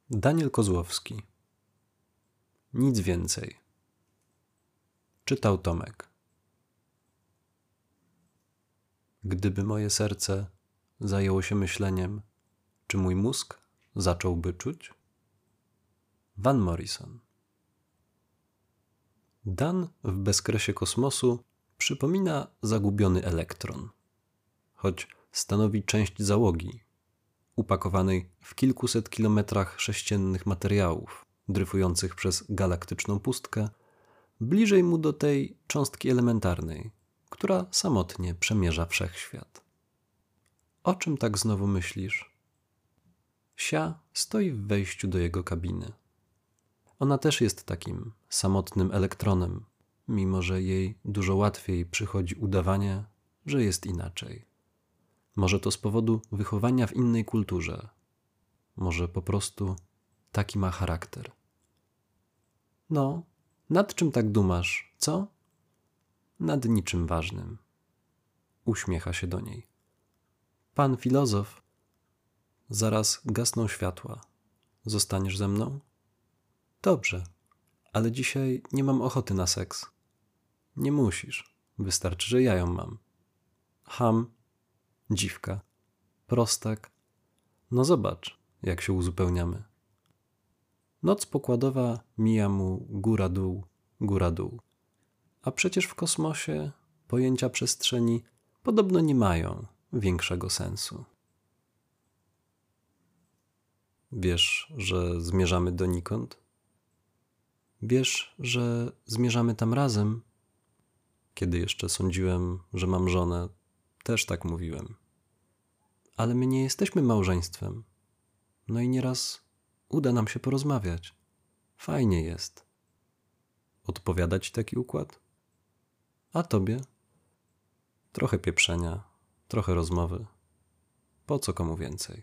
Daniel Kozłowski. Nic więcej. Czytał Tomek. Gdyby moje serce zajęło się myśleniem, czy mój mózg zacząłby czuć? Van Morrison. Dan w bezkresie kosmosu przypomina zagubiony elektron, choć stanowi część załogi, upakowanej w kilkuset kilometrach sześciennych materiałów, dryfujących przez galaktyczną pustkę, bliżej mu do tej cząstki elementarnej, która samotnie przemierza wszechświat. O czym tak znowu myślisz? Sia stoi w wejściu do jego kabiny. Ona też jest takim samotnym elektronem, mimo że jej dużo łatwiej przychodzi udawanie, że jest inaczej. Może to z powodu wychowania w innej kulturze. Może po prostu taki ma charakter. No, nad czym tak dumasz, co? Nad niczym ważnym. Uśmiecha się do niej. Pan filozof. Zaraz gasną światła. Zostaniesz ze mną? Dobrze, ale dzisiaj nie mam ochoty na seks. Nie musisz, wystarczy, że ja ją mam. Cham, dziwka, prostak. No zobacz, jak się uzupełniamy. Noc pokładowa mija mu góra dół. A przecież w kosmosie pojęcia przestrzeni podobno nie mają większego sensu. Wiesz, że zmierzamy donikąd? Wiesz, że zmierzamy tam razem? Kiedy jeszcze sądziłem, że mam żonę, też tak mówiłem. Ale my nie jesteśmy małżeństwem. No i nieraz uda nam się porozmawiać. Fajnie jest. Odpowiada ci taki układ? A tobie? Trochę pieprzenia, trochę rozmowy. Po co komu więcej?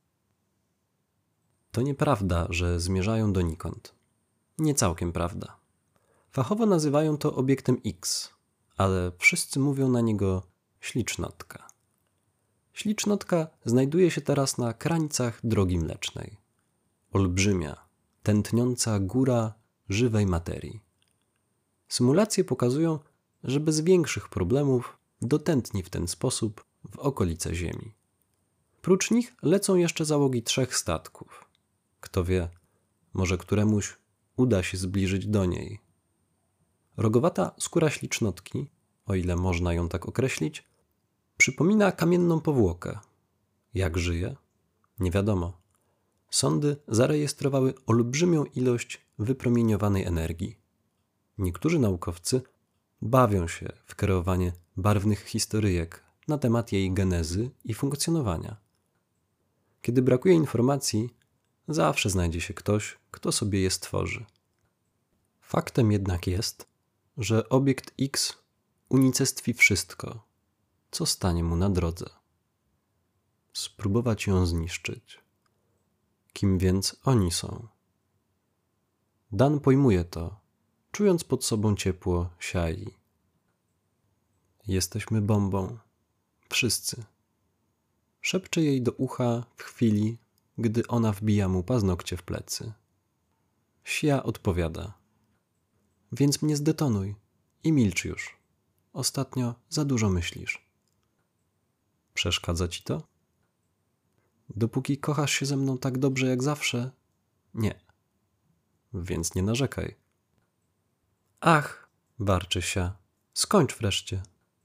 To nieprawda, że zmierzają donikąd. Nie całkiem prawda. Fachowo nazywają to obiektem X, ale wszyscy mówią na niego ślicznotka. Ślicznotka znajduje się teraz na krańcach Drogi Mlecznej. Olbrzymia, tętniąca góra żywej materii. Symulacje pokazują, że bez większych problemów dotętni w ten sposób w okolice Ziemi. Prócz nich lecą jeszcze załogi 3 statków. Kto wie, może któremuś uda się zbliżyć do niej. Rogowata skóra ślicznotki, o ile można ją tak określić, przypomina kamienną powłokę. Jak żyje? Nie wiadomo. Sondy zarejestrowały olbrzymią ilość wypromieniowanej energii. Niektórzy naukowcy bawią się w kreowanie barwnych historyjek na temat jej genezy i funkcjonowania. Kiedy brakuje informacji, zawsze znajdzie się ktoś, kto sobie je stworzy. Faktem jednak jest, że obiekt X unicestwi wszystko, co stanie mu na drodze. Spróbować ją zniszczyć. Kim więc oni są? Dan pojmuje to, czując pod sobą ciepło siai. Jesteśmy bombą. Wszyscy. Szepcze jej do ucha w chwili, gdy ona wbija mu paznokcie w plecy. Sia odpowiada. Więc mnie zdetonuj i milcz już. Ostatnio za dużo myślisz. Przeszkadza ci to? Dopóki kochasz się ze mną tak dobrze jak zawsze, nie. Więc nie narzekaj. Ach, warczy Sia, skończ wreszcie.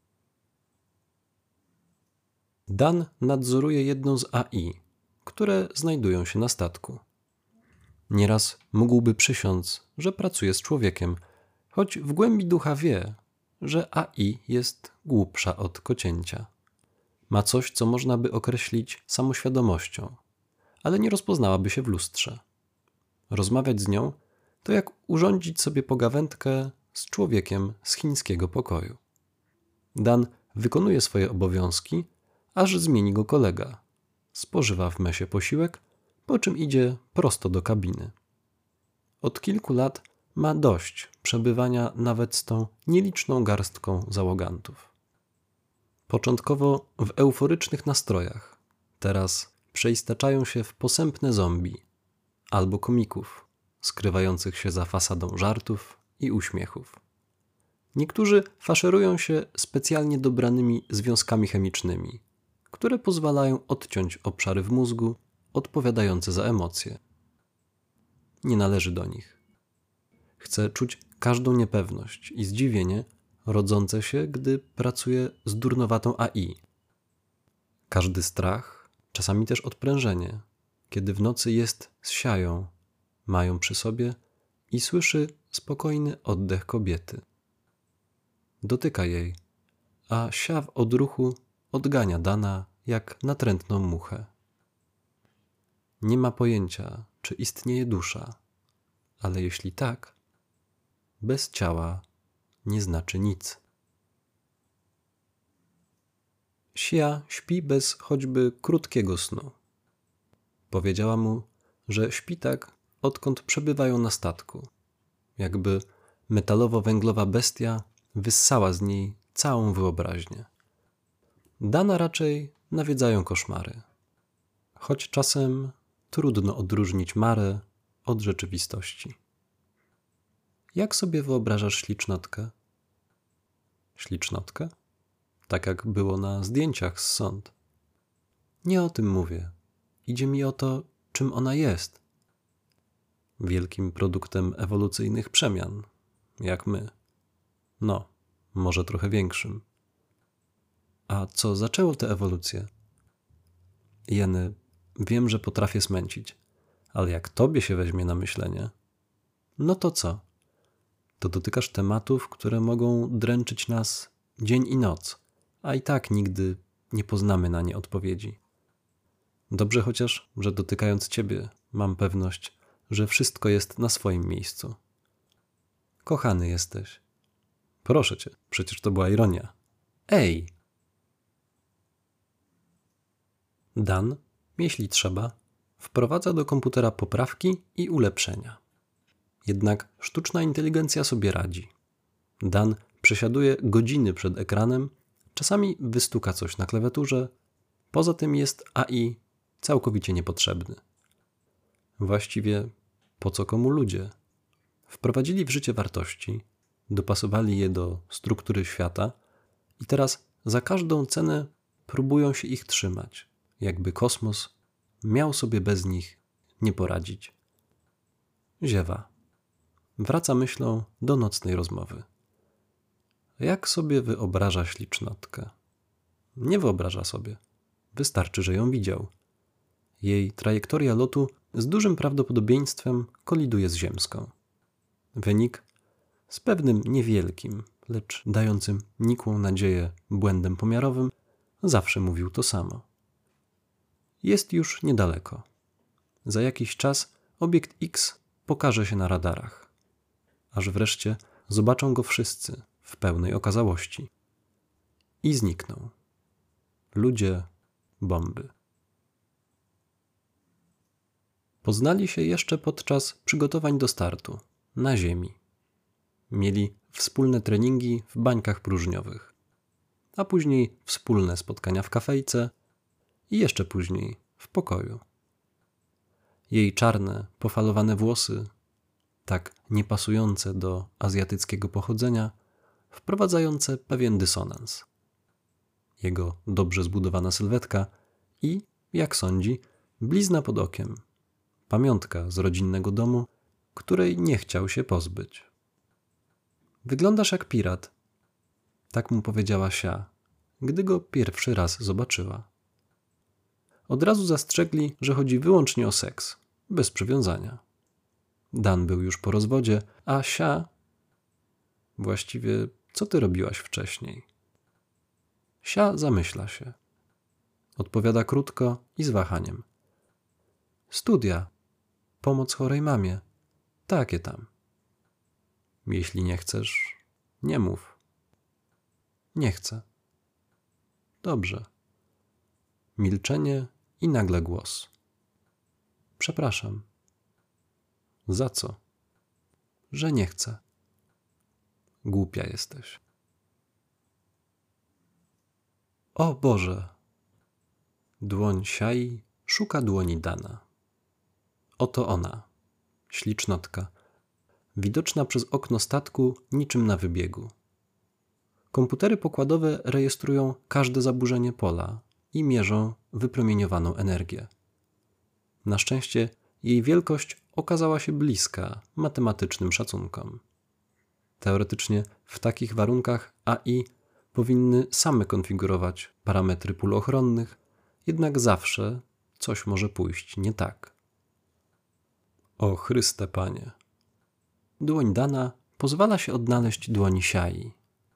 Dan nadzoruje jedną z AI, które znajdują się na statku. Nieraz mógłby przysiąc, że pracuje z człowiekiem, choć w głębi ducha wie, że AI jest głupsza od kocięcia. Ma coś, co można by określić samoświadomością, ale nie rozpoznałaby się w lustrze. Rozmawiać z nią to jak urządzić sobie pogawędkę z człowiekiem z chińskiego pokoju. Dan wykonuje swoje obowiązki, aż zmieni go kolega. Spożywa w mesie posiłek, po czym idzie prosto do kabiny. Od kilku lat ma dość przebywania nawet z tą nieliczną garstką załogantów. Początkowo w euforycznych nastrojach, teraz przeistaczają się w posępne zombie, albo komików, skrywających się za fasadą żartów i uśmiechów. Niektórzy faszerują się specjalnie dobranymi związkami chemicznymi, które pozwalają odciąć obszary w mózgu odpowiadające za emocje. Nie należy do nich. Chce czuć każdą niepewność i zdziwienie rodzące się, gdy pracuje z durnowatą AI. Każdy strach, czasami też odprężenie, kiedy w nocy jest z Siają, mają przy sobie i słyszy spokojny oddech kobiety. Dotyka jej, a Sia w odruchu odgania Dana jak natrętną muchę. Nie ma pojęcia, czy istnieje dusza, ale jeśli tak, bez ciała nie znaczy nic. Sia śpi bez choćby krótkiego snu. Powiedziała mu, że śpi tak, odkąd przebywają na statku, jakby metalowo-węglowa bestia wyssała z niej całą wyobraźnię. Dana raczej nawiedzają koszmary, choć czasem trudno odróżnić marę od rzeczywistości. Jak sobie wyobrażasz ślicznotkę? Ślicznotkę? Tak jak było na zdjęciach z sond. Nie o tym mówię. Idzie mi o to, czym ona jest. Wielkim produktem ewolucyjnych przemian, jak my. No, może trochę większym. A co zaczęło tę ewolucję? Jeny, wiem, że potrafię smęcić, ale jak tobie się weźmie na myślenie, no to co? To dotykasz tematów, które mogą dręczyć nas dzień i noc, a i tak nigdy nie poznamy na nie odpowiedzi. Dobrze chociaż, że dotykając ciebie, mam pewność, że wszystko jest na swoim miejscu. Kochany jesteś. Proszę cię, przecież to była ironia. Ej! Dan, jeśli trzeba, wprowadza do komputera poprawki i ulepszenia. Jednak sztuczna inteligencja sobie radzi. Dan przesiaduje godziny przed ekranem, czasami wystuka coś na klawiaturze, poza tym jest AI całkowicie niepotrzebny. Właściwie po co komu ludzie? Wprowadzili w życie wartości, dopasowali je do struktury świata i teraz za każdą cenę próbują się ich trzymać, jakby kosmos miał sobie bez nich nie poradzić. Ziewa. Wraca myślą do nocnej rozmowy. Jak sobie wyobraża ślicznotkę? Nie wyobraża sobie. Wystarczy, że ją widział. Jej trajektoria lotu z dużym prawdopodobieństwem koliduje z ziemską. Wynik z pewnym niewielkim, lecz dającym nikłą nadzieję błędem pomiarowym zawsze mówił to samo. Jest już niedaleko. Za jakiś czas obiekt X pokaże się na radarach. Aż wreszcie zobaczą go wszyscy w pełnej okazałości. I znikną. Ludzie, bomby. Poznali się jeszcze podczas przygotowań do startu, na Ziemi. Mieli wspólne treningi w bańkach próżniowych, a później wspólne spotkania w kafejce i jeszcze później w pokoju. Jej czarne, pofalowane włosy, tak niepasujące do azjatyckiego pochodzenia, wprowadzające pewien dysonans. Jego dobrze zbudowana sylwetka i, jak sądzi, blizna pod okiem. Pamiątka z rodzinnego domu, której nie chciał się pozbyć. Wyglądasz jak pirat, tak mu powiedziała Sia, gdy go pierwszy raz zobaczyła. Od razu zastrzegli, że chodzi wyłącznie o seks, bez przywiązania. Dan był już po rozwodzie, a Sia... Właściwie, co ty robiłaś wcześniej? Sia zamyśla się. Odpowiada krótko i z wahaniem. Studia. Pomoc chorej mamie. Takie tam. Jeśli nie chcesz, nie mów. Nie chcę. Dobrze. Milczenie i nagle głos. Przepraszam. Za co? Że nie chcę. Głupia jesteś. O Boże! Dłoń Siai szuka dłoni Dana. Oto ona, ślicznotka, widoczna przez okno statku niczym na wybiegu. Komputery pokładowe rejestrują każde zaburzenie pola i mierzą wypromieniowaną energię. Na szczęście jej wielkość okazała się bliska matematycznym szacunkom. Teoretycznie w takich warunkach AI powinny same konfigurować parametry pól ochronnych, jednak zawsze coś może pójść nie tak. O Chryste Panie! Dłoń Dana pozwala się odnaleźć dłoni Siai.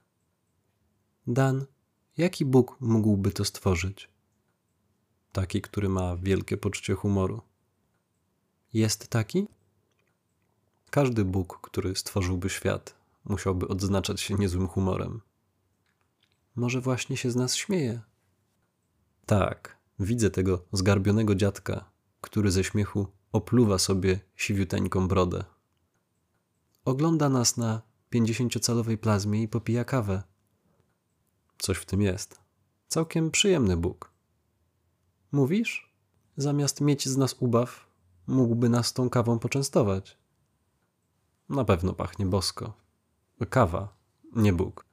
Dan, jaki Bóg mógłby to stworzyć? Taki, który ma wielkie poczucie humoru. Jest taki? Każdy Bóg, który stworzyłby świat, musiałby odznaczać się niezłym humorem. Może właśnie się z nas śmieje? Tak, widzę tego zgarbionego dziadka, który ze śmiechu opluwa sobie siwiuteńką brodę. Ogląda nas na 50-calowej plazmie i popija kawę. Coś w tym jest. Całkiem przyjemny Bóg. Mówisz? Zamiast mieć z nas ubaw, mógłby nas tą kawą poczęstować. Na pewno pachnie bosko. Kawa, nie Bóg.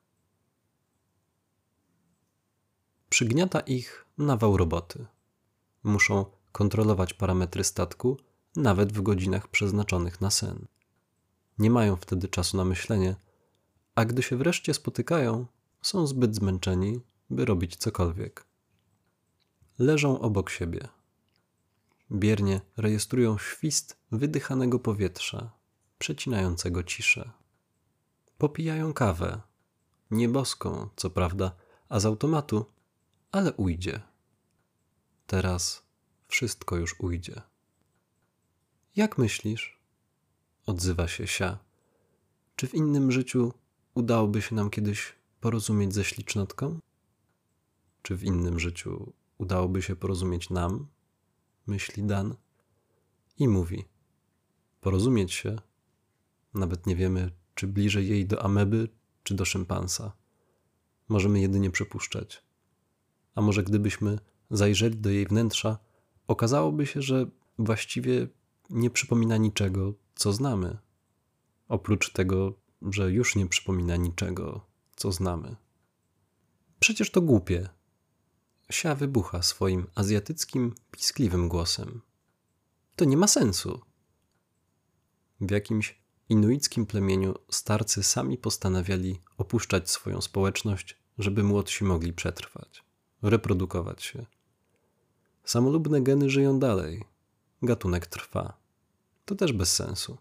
Przygniata ich nawał roboty. Muszą kontrolować parametry statku, nawet w godzinach przeznaczonych na sen. Nie mają wtedy czasu na myślenie, a gdy się wreszcie spotykają, są zbyt zmęczeni, by robić cokolwiek. Leżą obok siebie. Biernie rejestrują świst wydychanego powietrza, przecinającego ciszę. Popijają kawę, nie boską, co prawda, a z automatu, ale ujdzie. Teraz wszystko już ujdzie. Jak myślisz? Odzywa się Sia. Czy w innym życiu udałoby się nam kiedyś porozumieć ze ślicznotką? Czy w innym życiu udałoby się porozumieć nam? Myśli Dan. I mówi. Porozumieć się? Nawet nie wiemy, czy bliżej jej do ameby, czy do szympansa. Możemy jedynie przypuszczać. A może gdybyśmy zajrzeli do jej wnętrza, okazałoby się, że właściwie nie przypomina niczego, co znamy. Oprócz tego, że już nie przypomina niczego, co znamy. Przecież to głupie. Sia wybucha swoim azjatyckim, piskliwym głosem. To nie ma sensu. W jakimś inuickim plemieniu starcy sami postanawiali opuszczać swoją społeczność, żeby młodsi mogli przetrwać, reprodukować się. Samolubne geny żyją dalej. Gatunek trwa. To też bez sensu.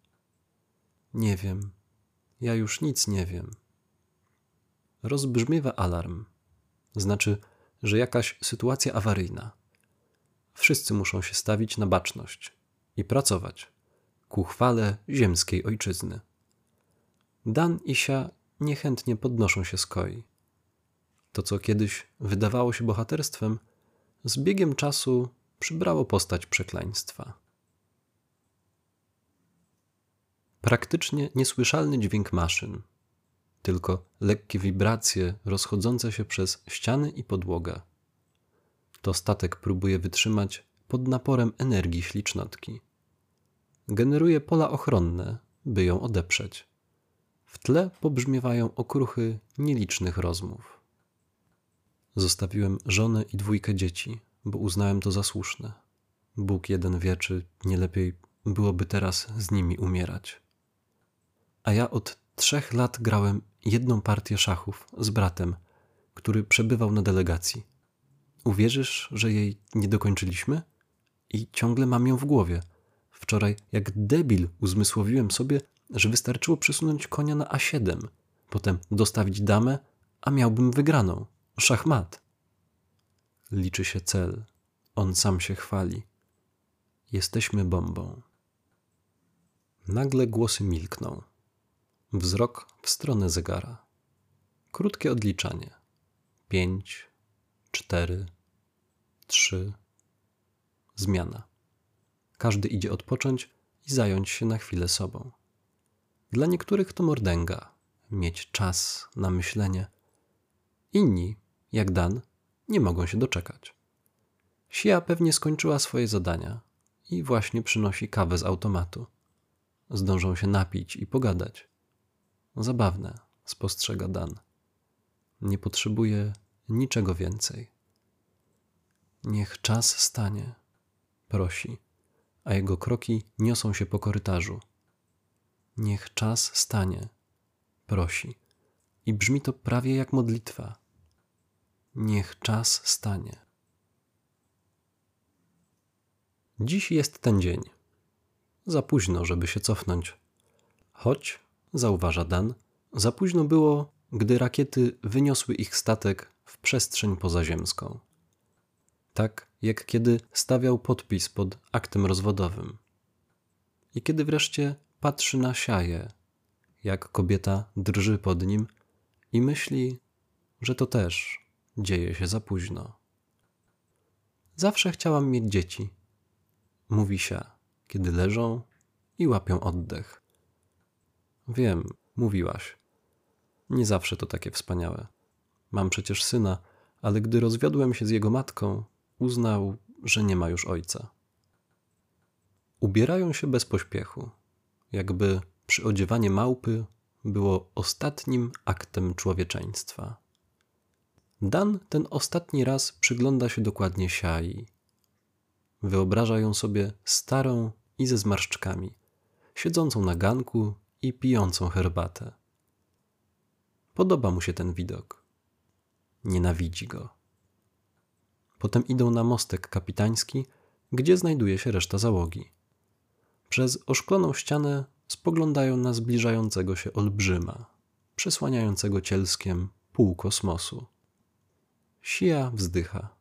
Nie wiem. Ja już nic nie wiem. Rozbrzmiewa alarm. Znaczy, że jakaś sytuacja awaryjna. Wszyscy muszą się stawić na baczność i pracować ku chwale ziemskiej ojczyzny. Dan i Sia niechętnie podnoszą się z koi. To, co kiedyś wydawało się bohaterstwem, z biegiem czasu przybrało postać przekleństwa. Praktycznie niesłyszalny dźwięk maszyn, tylko lekkie wibracje rozchodzące się przez ściany i podłogę. To statek próbuje wytrzymać pod naporem energii ślicznotki. Generuje pola ochronne, by ją odeprzeć. W tle pobrzmiewają okruchy nielicznych rozmów. Zostawiłem żonę i 2 dzieci, bo uznałem to za słuszne. Bóg jeden wie, czy nie lepiej byłoby teraz z nimi umierać. A ja od 3 lat grałem 1 partię szachów z bratem, który przebywał na delegacji. Uwierzysz, że jej nie dokończyliśmy? I ciągle mam ją w głowie. Wczoraj jak debil uzmysłowiłem sobie, że wystarczyło przesunąć konia na A7, potem dostawić damę, a miałbym wygraną. Szachmat. Liczy się cel. On sam się chwali. Jesteśmy bombą. Nagle głosy milkną. Wzrok w stronę zegara. Krótkie odliczanie. 5, 4, 3. Zmiana. Każdy idzie odpocząć i zająć się na chwilę sobą. Dla niektórych to mordęga. Mieć czas na myślenie. Inni, jak Dan, nie mogą się doczekać. Sia pewnie skończyła swoje zadania i właśnie przynosi kawę z automatu. Zdążą się napić i pogadać. Zabawne, spostrzega Dan. Nie potrzebuje niczego więcej. Niech czas stanie, prosi, a jego kroki niosą się po korytarzu. Niech czas stanie, prosi. I brzmi to prawie jak modlitwa. Niech czas stanie. Dziś jest ten dzień. Za późno, żeby się cofnąć. Choć, zauważa Dan, za późno było, gdy rakiety wyniosły ich statek w przestrzeń pozaziemską. Tak jak kiedy stawiał podpis pod aktem rozwodowym. I kiedy wreszcie patrzy na Siaję, jak kobieta drży pod nim i myśli, że to też dzieje się za późno. Zawsze chciałam mieć dzieci, mówi Sia, kiedy leżą i łapią oddech. Wiem, mówiłaś. Nie zawsze to takie wspaniałe. Mam przecież syna, ale gdy rozwiodłem się z jego matką, uznał, że nie ma już ojca. Ubierają się bez pośpiechu, jakby przyodziewanie małpy było ostatnim aktem człowieczeństwa. Dan ten ostatni raz przygląda się dokładnie Siai. Wyobraża ją sobie starą i ze zmarszczkami, siedzącą na ganku i pijącą herbatę. Podoba mu się ten widok. Nienawidzi go. Potem idą na mostek kapitański, gdzie znajduje się reszta załogi. Przez oszkloną ścianę spoglądają na zbliżającego się olbrzyma, przesłaniającego cielskiem pół kosmosu. Sia wzdycha.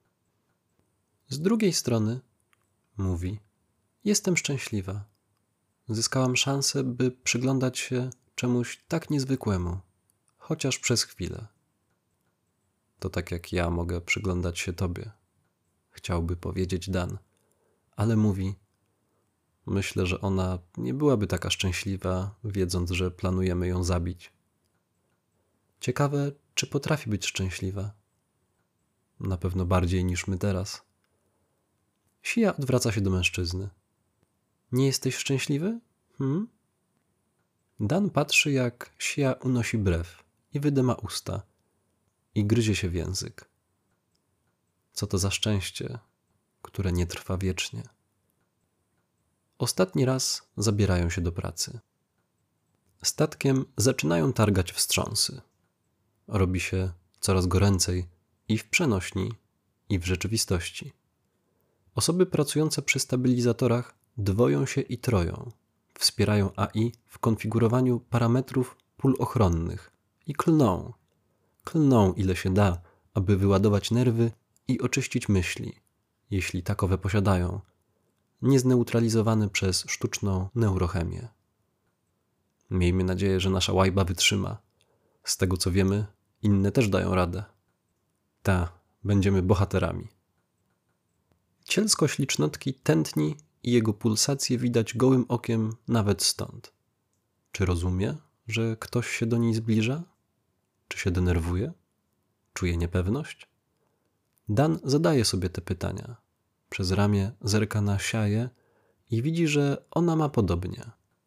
Z drugiej strony, mówi, jestem szczęśliwa. Zyskałam szansę, by przyglądać się czemuś tak niezwykłemu, chociaż przez chwilę. To tak jak ja mogę przyglądać się tobie, chciałby powiedzieć Dan, ale mówi, myślę, że ona nie byłaby taka szczęśliwa, wiedząc, że planujemy ją zabić. Ciekawe, czy potrafi być szczęśliwa. Na pewno bardziej niż my teraz. Sia odwraca się do mężczyzny. Nie jesteś szczęśliwy? Dan patrzy, jak Sia unosi brew i wydyma usta i gryzie się w język. Co to za szczęście, które nie trwa wiecznie. Ostatni raz zabierają się do pracy. Statkiem zaczynają targać wstrząsy. Robi się coraz goręcej i w przenośni, i w rzeczywistości. Osoby pracujące przy stabilizatorach dwoją się i troją. Wspierają AI w konfigurowaniu parametrów pól ochronnych i klną. Klną ile się da, aby wyładować nerwy i oczyścić myśli, jeśli takowe posiadają, niezneutralizowane przez sztuczną neurochemię. Miejmy nadzieję, że nasza łajba wytrzyma. Z tego co wiemy, inne też dają radę. Będziemy bohaterami. Cielskość licznotki tętni i jego pulsacje widać gołym okiem nawet stąd. Czy rozumie, że ktoś się do niej zbliża? Czy się denerwuje? Czuje niepewność? Dan zadaje sobie te pytania. Przez ramię zerka na Siaję i widzi, że ona ma podobnie.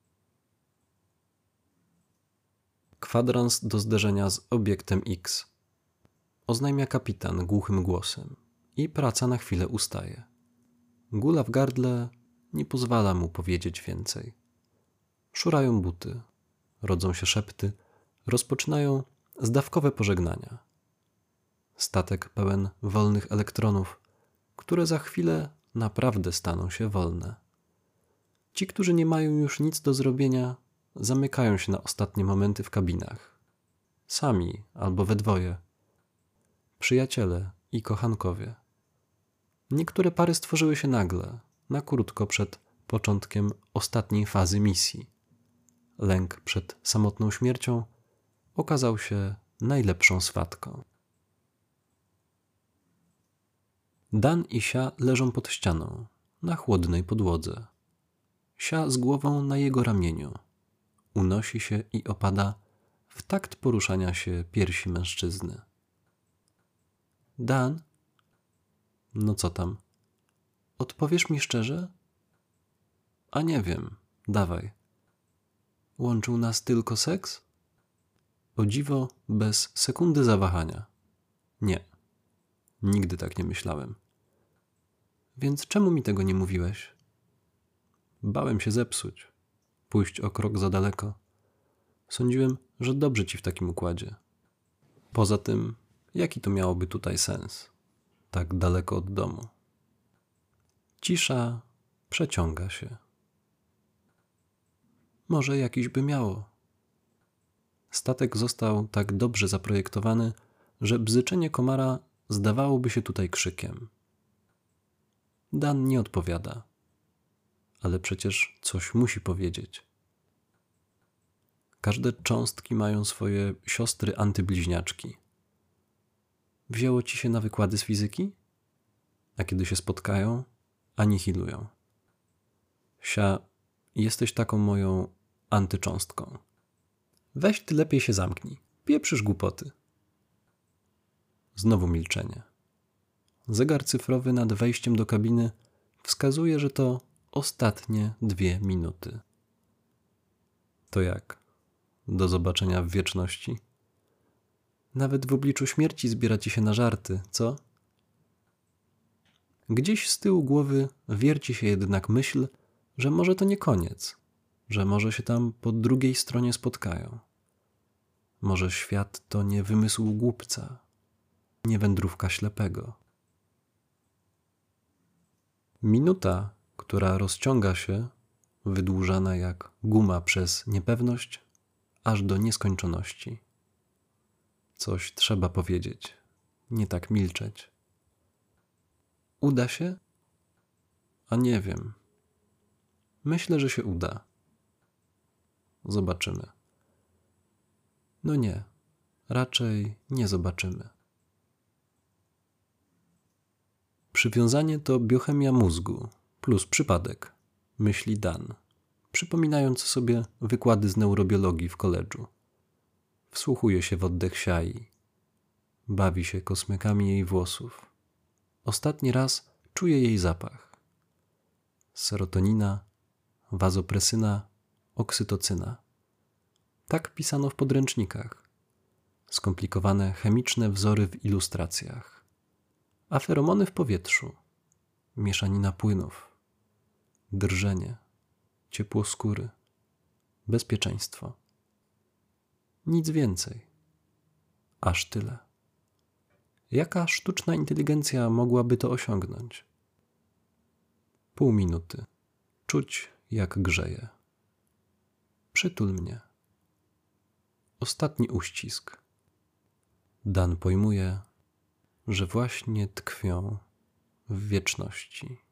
Kwadrans do zderzenia z obiektem X. Oznajmia kapitan głuchym głosem i praca na chwilę ustaje. Gula w gardle nie pozwala mu powiedzieć więcej. Szurają buty, rodzą się szepty, rozpoczynają zdawkowe pożegnania. Statek pełen wolnych elektronów, które za chwilę naprawdę staną się wolne. Ci, którzy nie mają już nic do zrobienia, zamykają się na ostatnie momenty w kabinach. Sami albo we dwoje. Przyjaciele i kochankowie. Niektóre pary stworzyły się nagle, na krótko przed początkiem ostatniej fazy misji. Lęk przed samotną śmiercią okazał się najlepszą swatką. Dan i Sia leżą pod ścianą, na chłodnej podłodze. Sia z głową na jego ramieniu. Unosi się i opada w takt poruszania się piersi mężczyzny. Dan? No co tam? Odpowiesz mi szczerze? A nie wiem, dawaj. Łączył nas tylko seks? O dziwo, bez sekundy zawahania. Nie, nigdy tak nie myślałem. Więc czemu mi tego nie mówiłeś? Bałem się zepsuć, pójść o krok za daleko. Sądziłem, że dobrze ci w takim układzie. Poza tym, jaki to miałoby tutaj sens? Tak daleko od domu. Cisza przeciąga się. Może jakiś by miało. Statek został tak dobrze zaprojektowany, że bzyczenie komara zdawałoby się tutaj krzykiem. Dan nie odpowiada. Ale przecież coś musi powiedzieć. Każde cząstki mają swoje siostry antybliźniaczki. Wzięło ci się na wykłady z fizyki? A kiedy się spotkają, anihilują. Sia, jesteś taką moją antycząstką. Weź ty lepiej się zamknij. Pieprzysz głupoty. Znowu milczenie. Zegar cyfrowy nad wejściem do kabiny wskazuje, że to ostatnie 2 minuty. To jak? Do zobaczenia w wieczności? Nawet w obliczu śmierci zbiera ci się na żarty, co? Gdzieś z tyłu głowy wierci się jednak myśl, że może to nie koniec, że może się tam po drugiej stronie spotkają. Może świat to nie wymysł głupca, nie wędrówka ślepego. Minuta, która rozciąga się, wydłużana jak guma przez niepewność, aż do nieskończoności. Coś trzeba powiedzieć, nie tak milczeć. Uda się? A nie wiem. Myślę, że się uda. Zobaczymy. No nie, raczej nie zobaczymy. Przywiązanie to biochemia mózgu plus przypadek, myśli Dan, przypominając sobie wykłady z neurobiologii w koledżu. Wsłuchuje się w oddech Siai. Bawi się kosmykami jej włosów. Ostatni raz czuje jej zapach. Serotonina, wazopresyna, oksytocyna. Tak pisano w podręcznikach. Skomplikowane chemiczne wzory w ilustracjach. A feromony w powietrzu. Mieszanina płynów. Drżenie. Ciepło skóry. Bezpieczeństwo. Nic więcej. Aż tyle. Jaka sztuczna inteligencja mogłaby to osiągnąć? Pół minuty. Czuć, jak grzeje. Przytul mnie. Ostatni uścisk. Dan pojmuje, że właśnie tkwią w wieczności.